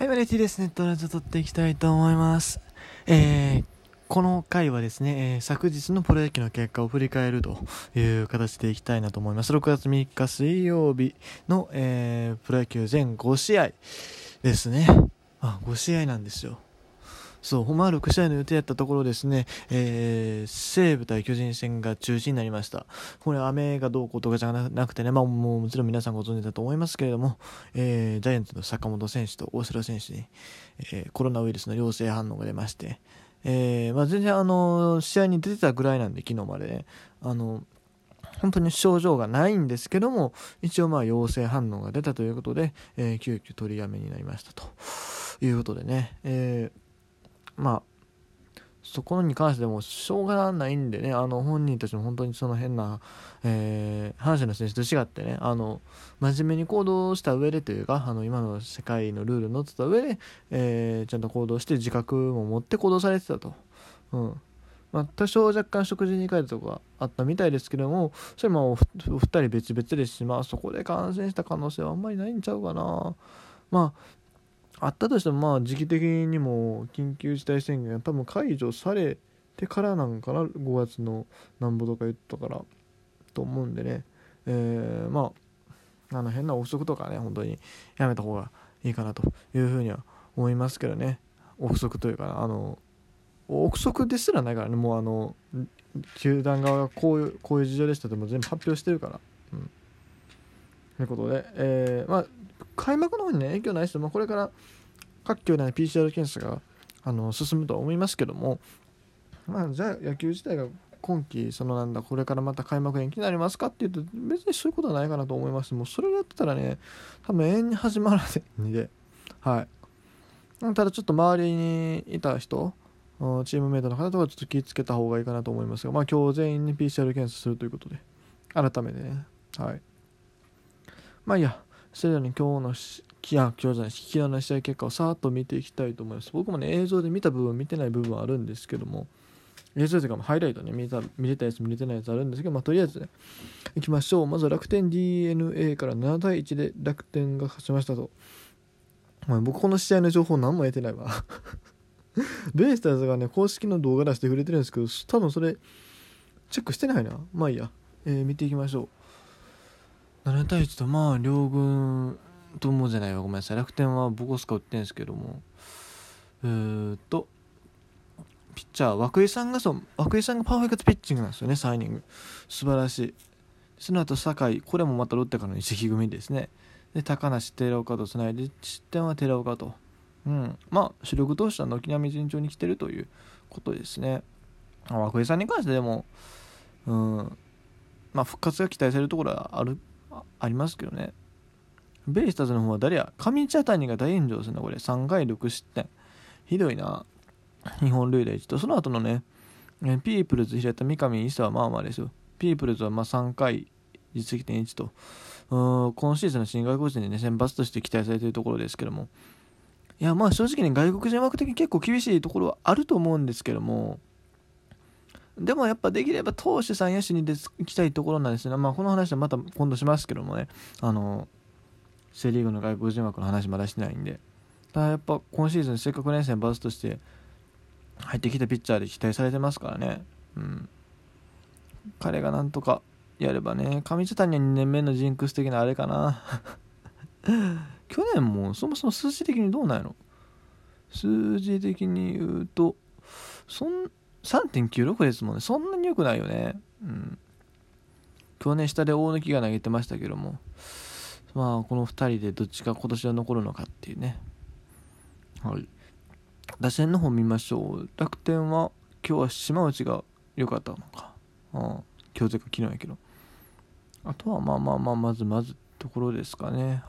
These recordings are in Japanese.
はい、マレティです。ネットラジオ撮っていきたいと思います。この回はですね、昨日のプロ野球の結果を振り返るという形でいきたいなと思います。6月3日水曜日の、プロ野球全5試合ですね。5試合なんですよ。そう、6試合の予定やったところですね、西武対巨人戦が中止になりました。これ雨がどうこうとかじゃなくてね、もうもちろん皆さんご存知だと思いますけれども、ジャイアンツの坂本選手と大城選手に、コロナウイルスの陽性反応が出まして、全然試合に出てたぐらいなんで、昨日までね、本当に症状がないんですけども、一応陽性反応が出たということで、急遽取りやめになりましたということでね、そこに関してもしょうがないんでね、本人たちも本当にその変な、阪神の選手と違ってね、真面目に行動した上でというか、今の世界のルールにのってた上で、ちゃんと行動して自覚も持って行動されてたと。多少若干食事に行かれたとかあったみたいですけども、それもお二人別々ですし、そこで感染した可能性はあんまりないんちゃうかな。あったとしても時期的にも緊急事態宣言が多分解除されてからなんかな、5月のなんぼとか言ったからと思うんでね、変な憶測とかね、本当にやめた方がいいかなというふうには思いますけどね。憶測というか憶測ですらないからね、もう球団側がこういう事情でしたってもう全部発表してるから、ということで、開幕の方にね影響ないですよ。これから各球団で PCR 検査が進むとは思いますけども、じゃあ野球自体が今季これからまた開幕延期になりますかっていうと、別にそういうことはないかなと思います。もうそれをやってたらね、多分永遠に始まらないんで、ただちょっと周りにいた人、チームメイトの方とかちょっと気をつけた方がいいかなと思いますが、今日全員に PCR 検査するということで、改めてね、いや、それより今日の昨日の試合結果をさーっと見ていきたいと思います。僕もね、映像で見た部分見てない部分はあるんですけども、映像というかハイライトね、見れたやつ見れてないやつあるんですけど、とりあえずね、いきましょう。まずは楽天 DNA から7対1で楽天が勝ちましたと。僕この試合の情報何も得てないわベイスターズがね、公式の動画出してくれてるんですけど、多分それチェックしてないな。いいや、見ていきましょう。7対1と両軍ともじゃないわ、ごめんなさい。楽天はボコスカ打ってんですけども、ピッチャー涌井さんがパーフェクトピッチングなんですよね。3イニング素晴らしい。その後酒井、これもまたロッテからの移籍組ですね。で高梨、寺岡とつないで、失点は寺岡と、主力投手は軒並み順調に来てるということですね。涌井さんに関してでも復活が期待されるところはありますけどね。ベイスターズの方は誰や、上茶谷が大炎上するな、これ3回6失点、ひどいな。日本塁打1と、その後のね、ピープルズ、平田、三上、伊佐はですよ。ピープルズは3回実績点1と、今シーズンの新外国人でね、選抜として期待されているところですけども、いや正直に外国人枠的に結構厳しいところはあると思うんですけども、でもやっぱできれば投手さん野手に行きたいところなんですね。この話はまた今度しますけどもね、セリーグの外国人枠の話まだしてないんで、ただやっぱ今シーズンせっかくね、選抜として入ってきたピッチャーで期待されてますからね。彼がなんとかやればね、上茶谷は2年目のジンクス的なあれかな去年もそもそも数字的にどうなんやろ。数字的に言うと3.96 ですもんね。そんなに良くないよね。去年下で大貫が投げてましたけども、この2人でどっちが今年は残るのかっていうね。打線の方見ましょう。楽天は今日は島内が良かったのか。今日というか昨日やけど。あとはまずところですかね。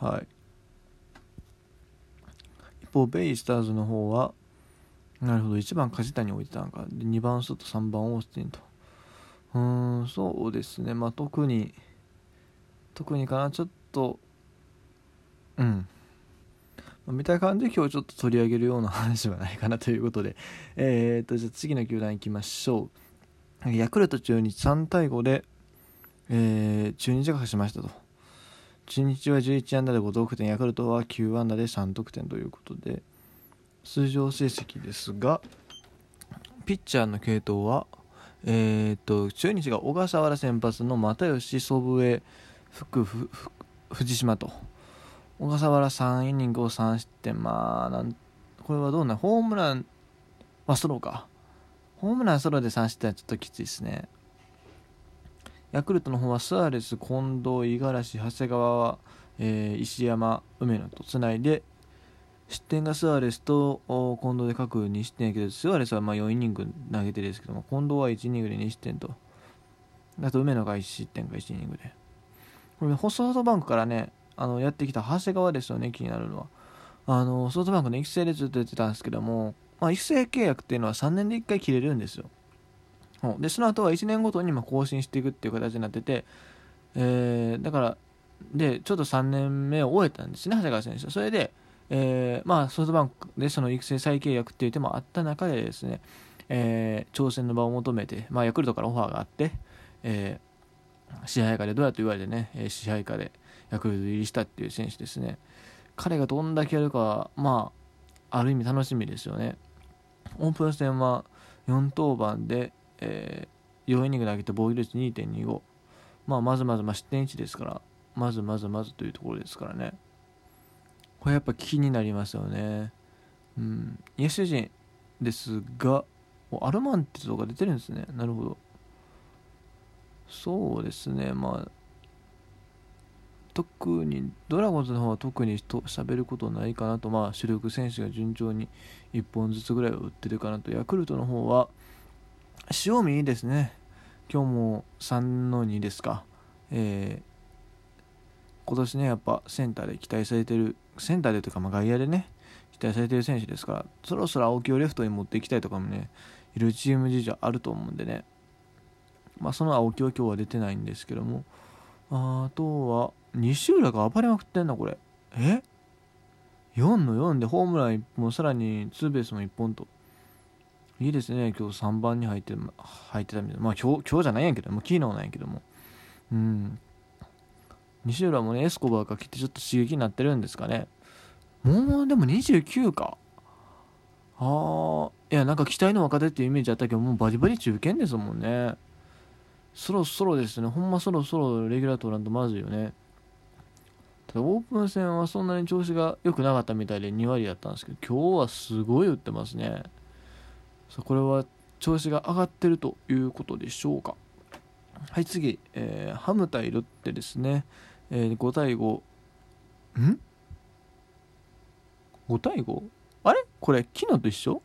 一方ベイスターズの方は、なるほど、1番梶谷置いてたのか。で2番ソト、3番オースティンと。そうですね。特にかな、ちょっと見た感じ今日ちょっと取り上げるような話はないかなということで、じゃあ次の球団行きましょう。ヤクルト中日3対5で、中日が勝ちましたと。 中日は11安打で5得点、ヤクルトは9安打で3得点ということで、通常成績ですが、ピッチャーの継投は中日が小笠原先発の又吉、祖父江、藤島と、小笠原3イニングを3失点、これはどうな、ホームランソロか、ホームランソロで3失点はちょっときついですね。ヤクルトの方はスアレス、近藤、五十嵐、長谷川は、石山、梅野とつないで、失点がスアレスと近藤で各2失点やけど、スアレスは4イニング投げてですけども、近藤は1イニングで2失点と、あと梅野が1失点か1イニングで、これソフトバンクからねやってきた長谷川ですよね。気になるのはソフトバンクの育成でずっとやってたんですけども、育成契約っていうのは3年で1回切れるんですよ。でその後は1年ごとに更新していくっていう形になってて、だからでちょっと3年目を終えたんですね、長谷川選手。それで、ソフトバンクでその育成再契約っていう手もあった中でですね、挑戦の場を求めて、ヤクルトからオファーがあって、支配下でどうやと言われてね、支配下でヤクルト入りしたっていう選手ですね。彼がどんだけやるかは、ある意味楽しみですよね。オープン戦は4登板で、4イニング投げて防御率 2.25、まず失点1ですから、まずというところですからね。これやっぱ気になりますよね。野手陣ですが、アルマンティとか出てるんですね。なるほど。そうですね、特にドラゴンズの方は特に喋ることないかなと、主力選手が順調に1本ずつぐらいは打ってるかなと。ヤクルトの方は塩見いいですね。今日も3-2ですか。今年ねやっぱセンターで期待されてる、センターでというか外野でね期待されてる選手ですから、そろそろ青木をレフトに持っていきたいとかもねいるチーム事情あると思うんでね、その青木は今日は出てないんですけども、あとは西浦が暴れまくってんな。これ4-4でホームラン1本、さらにツーベースも1本といいですね。今日3番に入ってたみたいな、今日じゃないんやけども、昨日なんやけども、西浦もねエスコバーが来てちょっと刺激になってるんですかね。もうでも29か。いや期待の若手っていうイメージあったけど、もうバリバリ中堅ですもんね。そろそろですね、ほんまそろそろレギュラー取らんとまずいよね。ただオープン戦はそんなに調子が良くなかったみたいで2割だったんですけど、今日はすごい打ってますね。これは調子が上がってるということでしょうか。はい次、ハム対ロッテですね。5対5 5対 5？ あれこれ昨日と一緒？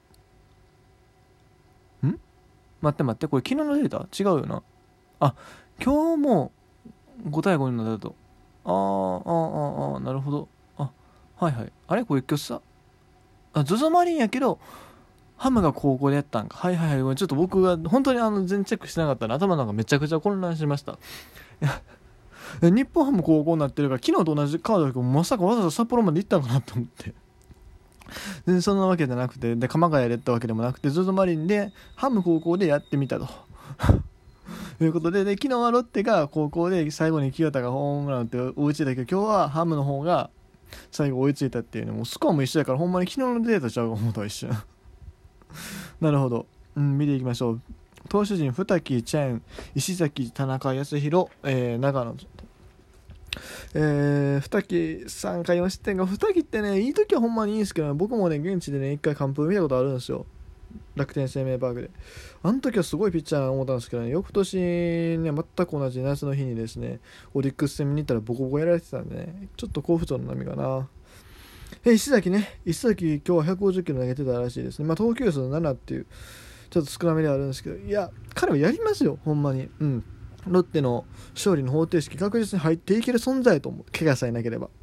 待ってこれ昨日のデータ違うよな。今日も5対5になったと。なるほど。はいあれこれ今日さZOZO マリンやけどハムが高校でやったんか。はいちょっと僕が本当に全然チェックしてなかったら頭の中めちゃくちゃ混乱しました。日本ハム高校になってるから、昨日と同じカードだけどまさかわざわざ札幌まで行ったのかなと思ってでそんなわけじゃなくて、で鎌ヶ谷でやったわけでもなくて ZOZO マリンでハム高校でやってみたとということで、昨日はロッテが高校で最後に清田がホームランって追いついたけど、今日はハムの方が最後追いついたっていうね。もうスコアも一緒だから、ほんまに昨日のデータちゃうか思ったわ一瞬なるほど、見ていきましょう。投手陣、二木、チェン、石崎、田中康弘、長野、二木3回4失点が、二木ってねいい時はほんまにいいんですけど、僕もね現地でね一回完封見たことあるんですよ、楽天生命パークで。あの時はすごいピッチャーな思ったんですけどね、翌年ね全く同じ夏の日にですねオリックス戦見に行ったらボコボコやられてたんでね、ちょっと好不調の波かな。石崎今日は150キロ投げてたらしいですね。投球数7っていうちょっと少なめではあるんですけど、いや彼はやりますよほんまに。ロッテの勝利の方程式確実に入っていける存在と思う。怪我さえなければ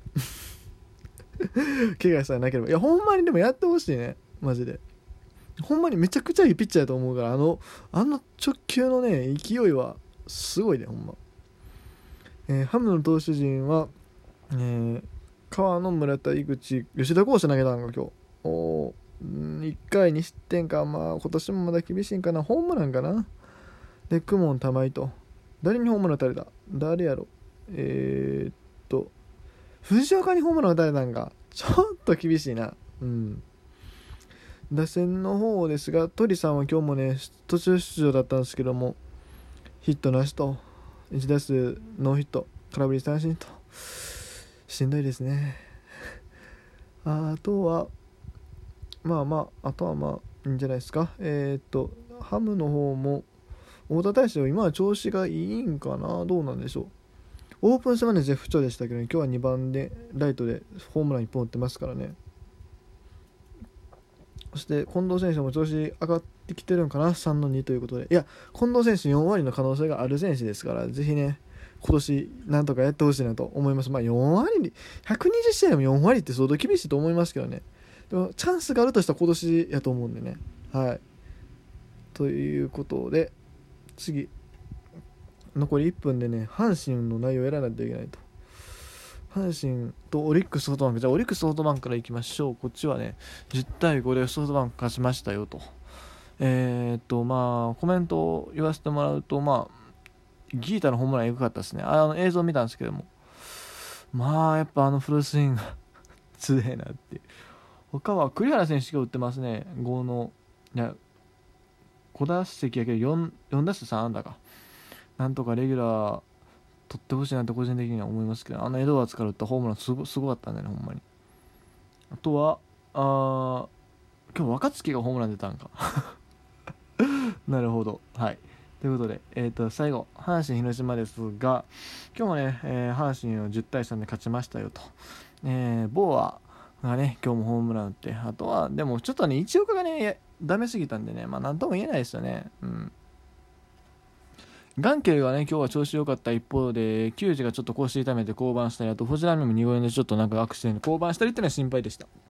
怪我さえなければ、いやほんまにでもやってほしいねマジで。ほんまにめちゃくちゃいいピッチャーだと思うから、あの直球のね勢いはすごいねほんま。ハムの投手陣は、川野、村田、井口、吉田康生投げたんか今日。1回2失点か。今年もまだ厳しいんかな。ホームランかな。で公文玉井と、誰にホームラン打たれた、誰やろ。 藤岡にホームラン打たれたんか、ちょっと厳しいな。打線の方ですが、鳥さんは今日もね途中出場だったんですけども、ヒットなしと1打数ノーヒット、空振り三振としんどいですね。あとはあとはいいんじゃないですか。ハムの方も大田大将今は調子がいいんかな、どうなんでしょう。オープン戦まで絶不調でしたけど、ね、今日は2番でライトでホームラン1本打ってますからね。そして近藤選手も調子上がってきてるんかな、3-2ということで。いや、近藤選手4割の可能性がある選手ですから、ぜひね今年なんとかやってほしいなと思います。4割に120試合でも4割って相当厳しいと思いますけどね。でもチャンスがあるとしたら今年やと思うんでね。はいということで、次残り1分でね、阪神の内容をやらないといけないと。阪神とオリックスソフトバンク、じゃあオリックスソフトバンクからいきましょう。こっちはね10対5でソフトバンク勝ちましたよと。コメントを言わせてもらうと、ギータのホームランエグかったですね。映像見たんですけども、やっぱフルスイングが強えなって。他は栗原選手が打ってますね。5打席やけど4打数3安打か。なんとかレギュラー取ってほしいなって個人的には思いますけど、エドワーズから打ったホームランすごかったんだよね、ほんまに。あとは今日若月がホームラン出たんかなるほど。はいということで、最後阪神広島ですが、今日もね、阪神を10対3で勝ちましたよと。ボーアがね今日もホームラン打って、あとはでもちょっとね一岡がねダメすぎたんでね、なんとも言えないですよね。ガンケルがね今日は調子良かった一方で、球児がちょっと腰痛めて降板したり、あと藤浪も2号でちょっとなんかアクシデント降板したりっていうのは心配でした。